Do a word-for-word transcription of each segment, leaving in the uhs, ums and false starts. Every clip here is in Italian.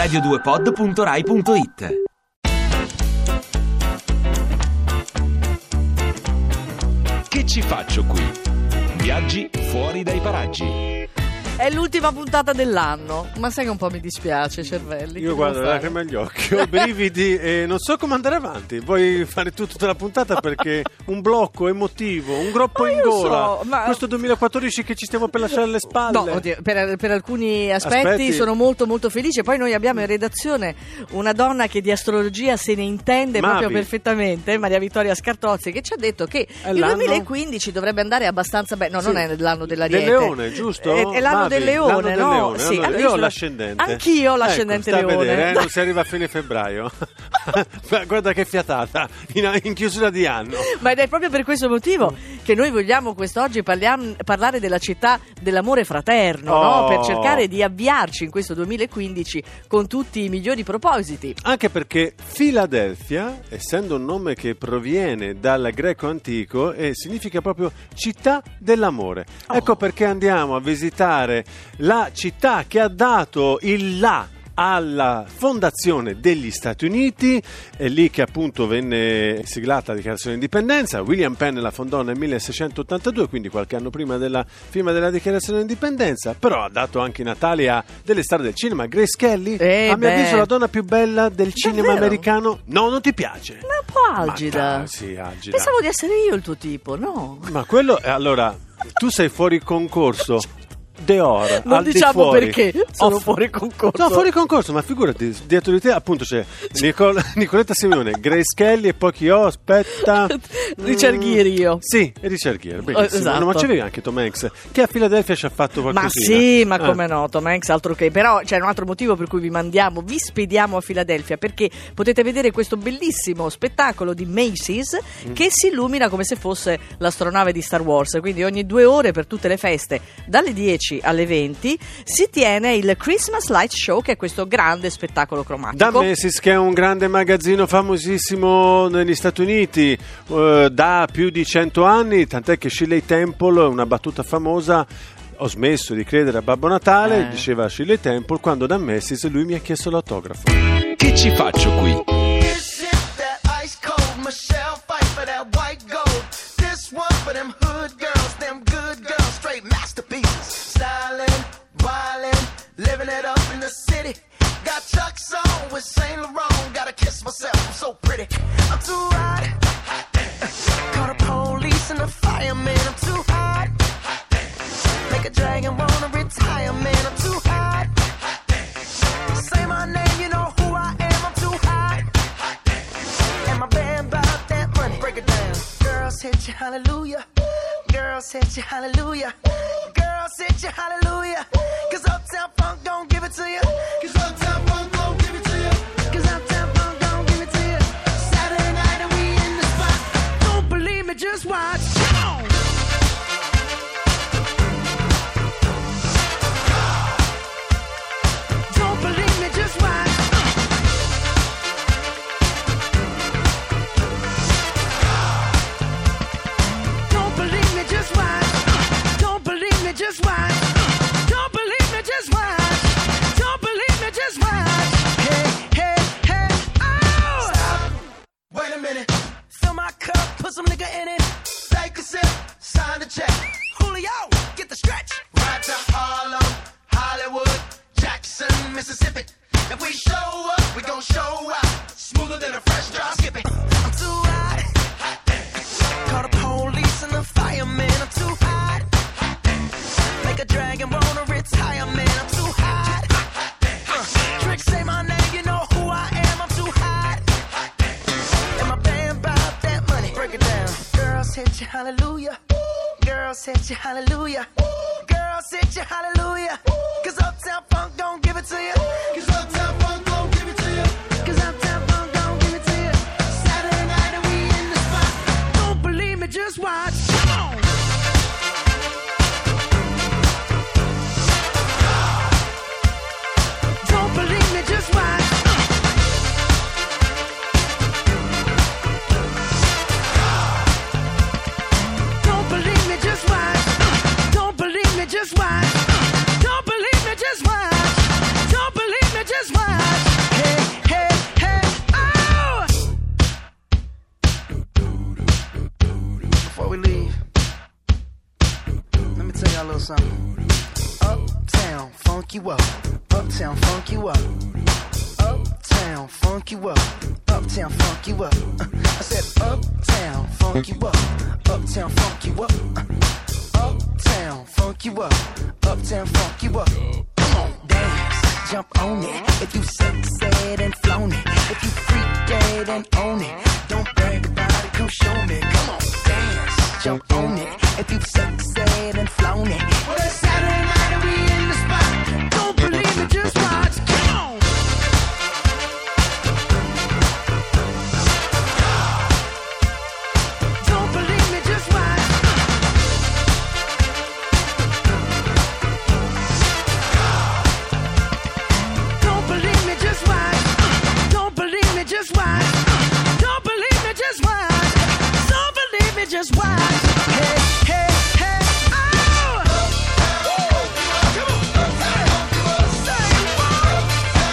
radio due pod punto rai punto it. Che ci faccio qui? Viaggi fuori dai paraggi. È l'ultima puntata dell'anno, ma sai che un po' mi dispiace, cervelli. Io guardo la lacrime agli occhi, ho brividi e non so come andare avanti. Vuoi fare tu tutta la puntata perché un blocco emotivo, un groppo Ma in io gola. so, ma- Questo duemilaquattordici che ci stiamo per lasciare alle spalle. No, oddio, per, per alcuni aspetti, Aspetti. sono molto molto felice. Poi noi abbiamo in redazione una donna che di astrologia se ne intende Mavi. proprio perfettamente, Maria Vittoria Scartozzi, che ci ha detto che È il l'anno? duemilaquindici dovrebbe andare abbastanza bene. No, Sì. non è l'anno dell'Ariete. Del leone, giusto? È, è l'anno Mavi, del leone, l'anno del no? leone. Sì, Allora, allora io ho sono- l'ascendente. Anch'io ho l'ascendente ecco, sta leone. a vedere, eh? Non si arriva a fine febbraio. Guarda che fiatata in, in chiusura di anno. Ma ed è proprio per questo motivo che noi vogliamo quest'oggi parliam- parlare della città dell'amore fraterno, Oh. no? Per cercare di avviarci in questo duemilaquindici con tutti i migliori propositi. Anche perché Filadelfia, essendo un nome che proviene dal greco antico, eh, significa proprio città dell'amore. Oh. Ecco perché andiamo a visitare la città che ha dato il là alla fondazione degli Stati Uniti, è lì che appunto venne siglata la dichiarazione di indipendenza. William Penn la fondò nel milleseicentottantadue, quindi qualche anno prima della firma della dichiarazione di indipendenza, però ha dato anche i natali a delle star del cinema. Grace Kelly, Eh, a mio beh. avviso la donna più bella del cinema Davvero? americano. No, non ti piace? Ma un po' algida. Ma dai, sì, algida. Pensavo di essere io il tuo tipo, no? Ma quello, eh, allora, tu sei fuori concorso. Deor, Non al di diciamo fuori. perché sono Ho- fuori concorso. No, fuori concorso, ma figurati, dietro di te appunto c'è Nicol- Nicoletta Simeone, Grace Kelly e poi chi ho? Aspetta. Richard Gere io. Sì, e Richard Gere, benissimo. Oh, esatto. No, ma c'avevi anche Tom Hanks, che a Philadelphia ci ha fatto qualcosina. Ma sì, ma Ah. come no, Tom Hanks altro che. Però c'è un altro motivo per cui vi mandiamo, vi spediamo a Filadelfia, perché potete vedere questo bellissimo spettacolo di Macy's Mm. che si illumina come se fosse l'astronave di Star Wars. Quindi ogni due ore per tutte le feste, dalle dieci alle venti, si tiene il Christmas Light Show, che è questo grande spettacolo cromatico. Da Macy's, che è un grande magazzino famosissimo negli Stati Uniti eh, da più di cento anni, tant'è che Shirley Temple, una battuta famosa: ho smesso di credere a Babbo Natale, Eh. diceva Shirley Temple, quando da Macy's lui mi ha chiesto l'autografo. Che ci faccio qui? This shit, that ice cold Michelle fight for that white gold. This one for them hood girls, them good girls, straight masterpieces. Stylin', wildin', living it up in the city. Got Chuck's on with Saint Laurent. Gotta kiss myself, I'm so pretty. I'm too hot. Call the police and the fireman. I'm too hot. Make a dragon wanna retire, man. I'm too hot. Say my name, you know who I am. I'm too hot. And my band bought that money. Break it down. Girls hit you, hallelujah. Girls hit you, hallelujah. Girls hit you, hallelujah. Cause Uptown Funk don't give it to you. Cause Uptown Funk don't give it to you. Cause Uptown Funk don't give it to you. Saturday night and we in the spot. Don't believe me, just watch. Don't believe me, just watch. Don't believe me, just watch. Don't believe me, just watch. Don't believe me, just watch. Don't believe me, just watch. Hey, hey, hey, oh! Stop. Wait a minute. Fill my cup, put some nigga in it. Take a sip, sign the check. Julio, get the stretch. Right to Harlem, Hollywood, Jackson, Mississippi. If we show up, we gon' show out. Smoother than a fresh drop. Skip it. I'm too hot. Call the police and the fireman. I'm too hot. Make a dragon wanna retire, man. I'm too hot. Uh, Trick, say my name, you know who I am. I'm too hot. And my band bought that money. Break it down. Girls hit you, hallelujah. Girls hit you, hallelujah. Girls hit you, hallelujah. Cause Uptown Funk don't give it to you. Cause Uptown Funk don't give it to you. Cause Uptown Funk don't give it to you. Saturday night and we in the spot. Don't believe me, just watch. Come on. Don't believe me, just watch. Don't believe me, just watch. Don't believe me, just watch. Don't believe me, just watch. Don't believe me, just watch. a little something. Uptown, funk you up. Uptown, funk you up. Uptown, funk you up. Uptown, funk you up. Uh, I said uptown, funk you up. Uptown, funk you up. Uh, uptown, funk you up. Uptown, funk you up. Come on, dance, jump on it. If you succeed and flown it. If you freak dead and own it. Don't brag about it, come show me. Come on, dance, jump on it. If you succeed and flown it. Well, it's Saturday night and we in the spot. Don't believe me, just watch. Come on. Don't believe me, just watch. Don't believe me, just watch. Don't believe me, just watch. Don't believe me, just watch. Don't believe me, just watch. Hey, hey, hey, oh! Come on, say, say what?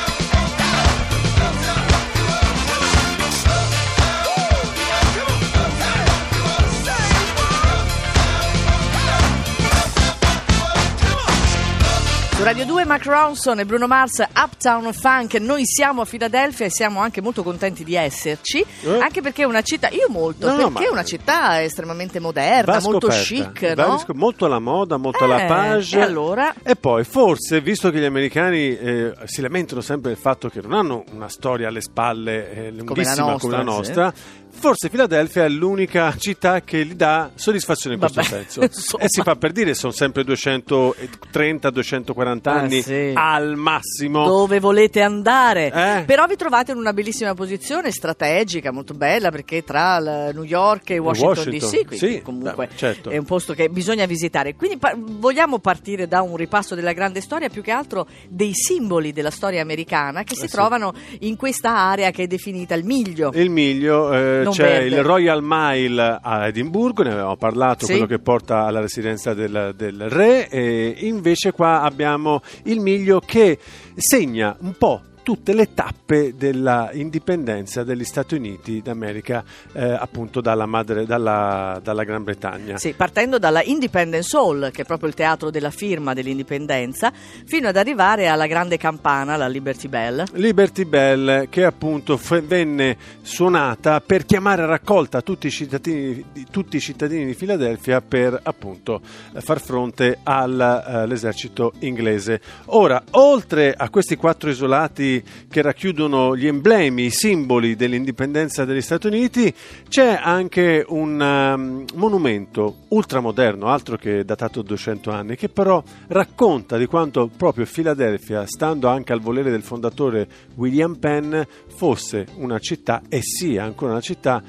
Su Radio due Mark Ronson e Bruno Mars, Uptown Funk. Noi siamo a Filadelfia e siamo anche molto contenti di esserci, Eh? anche perché è una città, io molto, No, no, perché ma- è una città estremamente moderna, Va molto scoperta, chic, va no? risco- molto alla moda, molto alla Eh, page. e allora? E poi forse, visto che gli americani eh, si lamentano sempre del fatto che non hanno una storia alle spalle eh, lunghissima come la nostra, nostra, forse Filadelfia è l'unica città che gli dà soddisfazione in questo Vabbè, senso. insomma. E si fa per dire, sono sempre duecentotrenta duecentoquaranta Ah, anni sì. al massimo. Dove volete andare? Eh? Però vi trovate in una bellissima posizione strategica, molto bella, perché tra il New York e Washington, Washington, D C, quindi sì, comunque beh, certo. è un posto che bisogna visitare. Quindi pa- vogliamo partire da un ripasso della grande storia, più che altro dei simboli della storia americana che si Eh sì. trovano in questa area che è definita il Miglio. Il Miglio, eh, Non c'è verde. il Royal Mile a Edimburgo, ne avevamo parlato, Sì. quello che porta alla residenza del, del re, e invece qua abbiamo il Miglio che segna un po' tutte le tappe della indipendenza degli Stati Uniti d'America, eh, appunto dalla, madre, dalla, dalla Gran Bretagna. Sì, partendo dalla Independence Hall, che è proprio il teatro della firma dell'indipendenza, fino ad arrivare alla grande campana, la Liberty Bell. Liberty Bell, che appunto f- venne suonata per chiamare a raccolta tutti i cittadini di, tutti i cittadini di Filadelfia per appunto eh, far fronte all'esercito inglese. Ora, oltre a questi quattro isolati che racchiudono gli emblemi, i simboli dell'indipendenza degli Stati Uniti, c'è anche un um, monumento ultramoderno, altro che datato duecento anni, che però racconta di quanto proprio Filadelfia, stando anche al volere del fondatore William Penn, fosse una città e sia ancora una città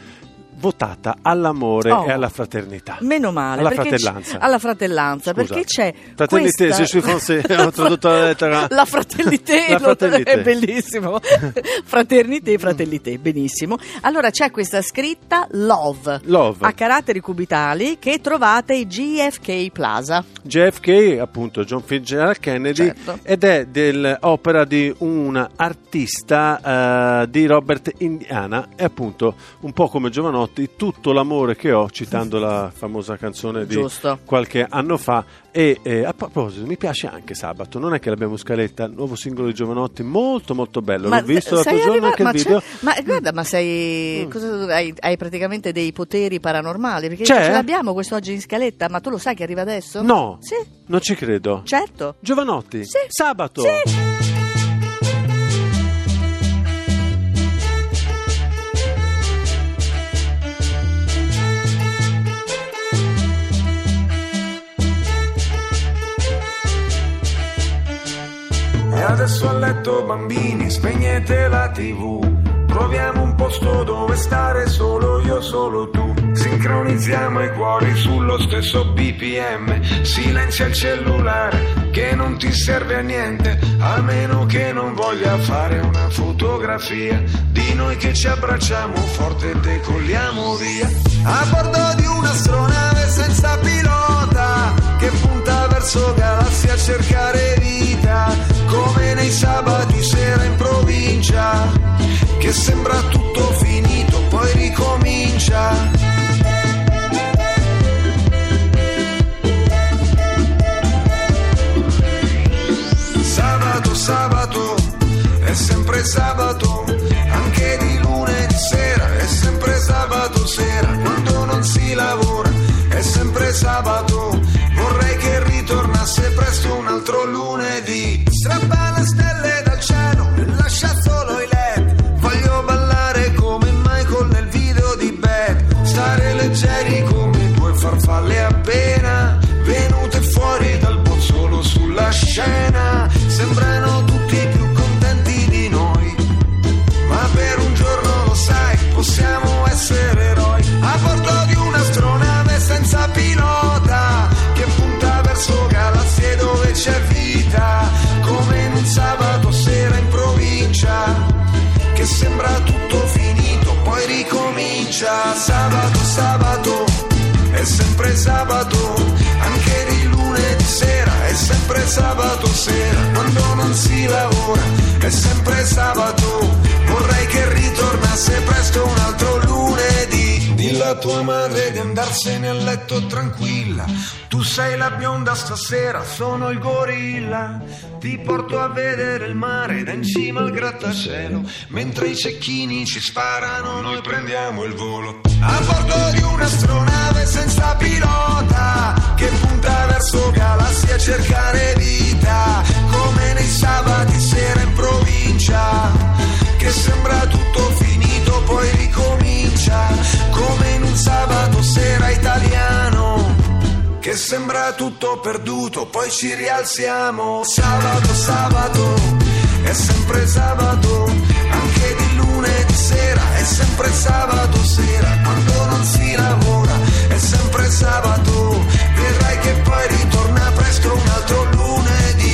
votata all'amore Oh, e alla fraternità. Meno male, Alla perché fratellanza. c'è- alla fratellanza, Scusa. perché c'è Fraternité, questa... je suis français, ho tradotto la lettera. La fraternité, La lo- fraternité. è bellissimo. Fraternité, fraternité, benissimo. Allora c'è questa scritta Love, Love. a caratteri cubitali, che trovate ai J F K Plaza. J F K, appunto John Fitzgerald Kennedy, Certo. ed è dell'opera di un artista eh, di Robert Indiana, e appunto un po' come Giovanotti, tutto l'amore che ho, citando la famosa canzone di Giusto. qualche anno fa. E eh, a proposito, mi piace anche Sabato, non è che l'abbiamo in scaletta, il nuovo singolo di Giovanotti, molto molto bello, l'ho visto l'altro sei giorno arriva- anche il ma video. c'è- ma guarda, ma sei Mm. cosa- hai, hai praticamente dei poteri paranormali, perché C'è? ce l'abbiamo quest'oggi in scaletta, ma tu lo sai che arriva adesso? No, Sì, non ci credo. certo. Giovanotti, Sì. Sabato. Sì. E adesso a letto bambini, spegnete la tivù. Troviamo un posto dove stare solo io, solo tu. Sincronizziamo i cuori sullo stesso B P M. Silenzia il cellulare che non ti serve a niente, a meno che non voglia fare una fotografia di noi che ci abbracciamo forte e decolliamo via. A bordo di un'astronave senza pilota che punta verso galassie a cercare vita, come nei sabati sera in provincia, che sembra tutto finito, poi ricomincia. ritornasse presto un altro lunedì. Strappa le stelle dal cielo e lascia solo i led. Voglio ballare come Michael nel video di Bad, stare leggeri come due farfalle appena venute fuori dal bozzolo sulla scena. Sembrano tutti più contenti di noi, ma per un giorno lo sai, possiamo essere eroi. A bordo di un'astronave senza pilota che punta verso galassie dove c'è vita, come in un sabato sera in provincia che sembra tutto finito, poi ricomincia. Sabato, sabato, è sempre sabato, anche di lunedì sera, è sempre sabato sera, quando non si lavora, è sempre sabato. Vorrei che ritornasse presto un altro lunedì. Dilla a tua madre di andarsene a letto tranquilla, tu sei la bionda stasera, sono il gorilla. Ti porto a vedere il mare da in cima al grattacielo, mentre i cecchini ci sparano noi prendiamo il volo. A bordo di un'astronave senza pilota che punta verso galassie a cercare vita, come nei sabati sera in provincia che sembra tutto finito poi ricomincia, come in un sabato sera italiano che sembra tutto perduto poi ci rialziamo. Sabato, sabato, è sempre sabato, anche di lunedì sera, è sempre sabato sera, quando non si lavora, è sempre sabato. Vedrai che poi ritorna presto un altro lunedì.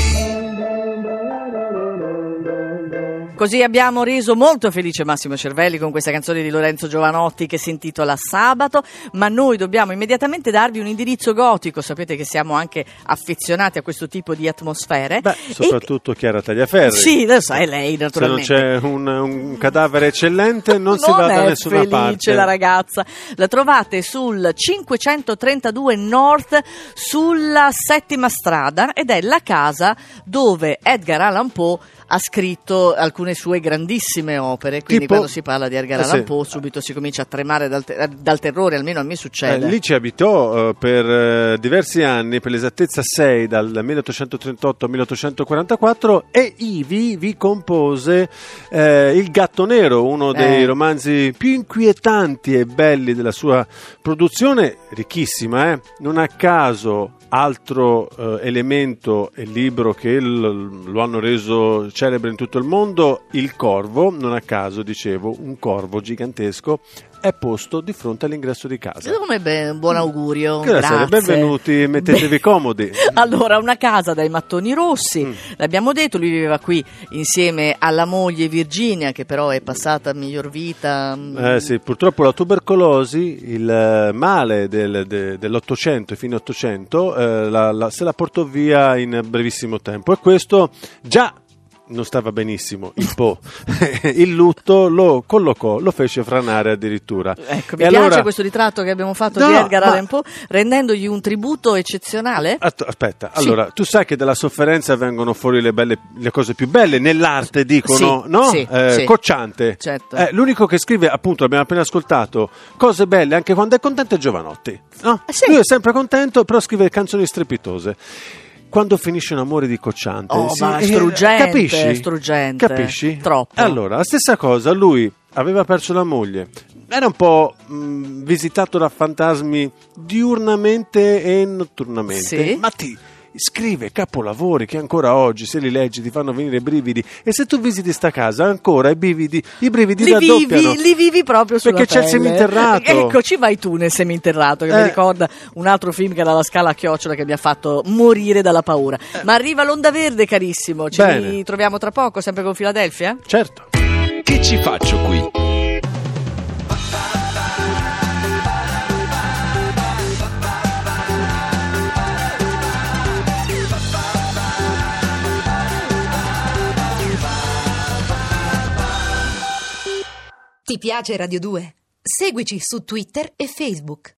Così abbiamo reso molto felice Massimo Cervelli con questa canzone di Lorenzo Giovanotti che si intitola Sabato, ma noi dobbiamo immediatamente darvi un indirizzo gotico, sapete che siamo anche affezionati a questo tipo di atmosfere. Beh, soprattutto e... Chiara Tagliaferri. Sì, lo sai lei naturalmente. Se non c'è un, un cadavere eccellente non, non si va da nessuna parte. Non è felice la ragazza. La trovate sul cinquecentotrentadue North sulla Settima Strada ed è la casa dove Edgar Allan Poe ha scritto alcune sue grandissime opere, quindi tipo, quando si parla di Edgar Allan eh sì. Poe subito si comincia a tremare dal, te- dal terrore, almeno a me succede. Eh, lì ci abitò uh, per uh, diversi anni, per l'esattezza sei, dal milleottocentotrentotto al milleottocentoquarantaquattro, e ivi vi compose uh, Il gatto nero, uno dei eh. romanzi più inquietanti e belli della sua produzione, ricchissima, eh? Non a caso altro uh, elemento e libro che l- lo hanno reso celebre in tutto il mondo, Il Corvo. Non a caso, dicevo, un corvo gigantesco è posto di fronte all'ingresso di casa. Come be- buon augurio. Grazie, benvenuti, mettetevi Beh. comodi. Allora, una casa dai mattoni rossi, mm. l'abbiamo detto, lui viveva qui insieme alla moglie Virginia, che però è passata a miglior vita. Eh sì, purtroppo la tubercolosi, il male del, de, dell'Ottocento e fine Ottocento, eh, la, la, se la portò via in brevissimo tempo, e questo già non stava benissimo il Po. Il lutto lo collocò, lo fece franare addirittura. Ecco, mi e piace allora... questo ritratto che abbiamo fatto no, di Edgar ma... Allan Poe, rendendogli un tributo eccezionale. Aspetta, sì. Allora, tu sai che dalla sofferenza vengono fuori le, belle, le cose più belle, nell'arte dicono, sì, no? Sì, eh, sì. Cocciante. Certo. Eh, l'unico che scrive, appunto, abbiamo appena ascoltato, cose belle anche quando è contento è Giovanotti. No? Eh, sì. Lui è sempre contento, però scrive canzoni strepitose. Quando finisce un amore di Cocciante, oh, sì, ma eh, struggente, capisci? struggente, Capisci? troppo. Allora, la stessa cosa, lui aveva perso la moglie, era un po' mh, visitato da fantasmi diurnamente e notturamente, sì. ma ti scrive capolavori che ancora oggi, se li leggi, ti fanno venire i brividi, e se tu visiti sta casa ancora i brividi, i brividi li raddoppiano. Vivi, li vivi proprio sulla perché pelle. c'è il seminterrato. Ecco, ci vai tu nel seminterrato, che eh. mi ricorda un altro film che era La Scala a chiocciola, che mi ha fatto morire dalla paura. Eh. Ma arriva l'Onda Verde, carissimo, ci Bene. ritroviamo tra poco, sempre con Philadelphia? Certo. Che ci faccio qui? Ti piace Radio due? Seguici su Twitter e Facebook.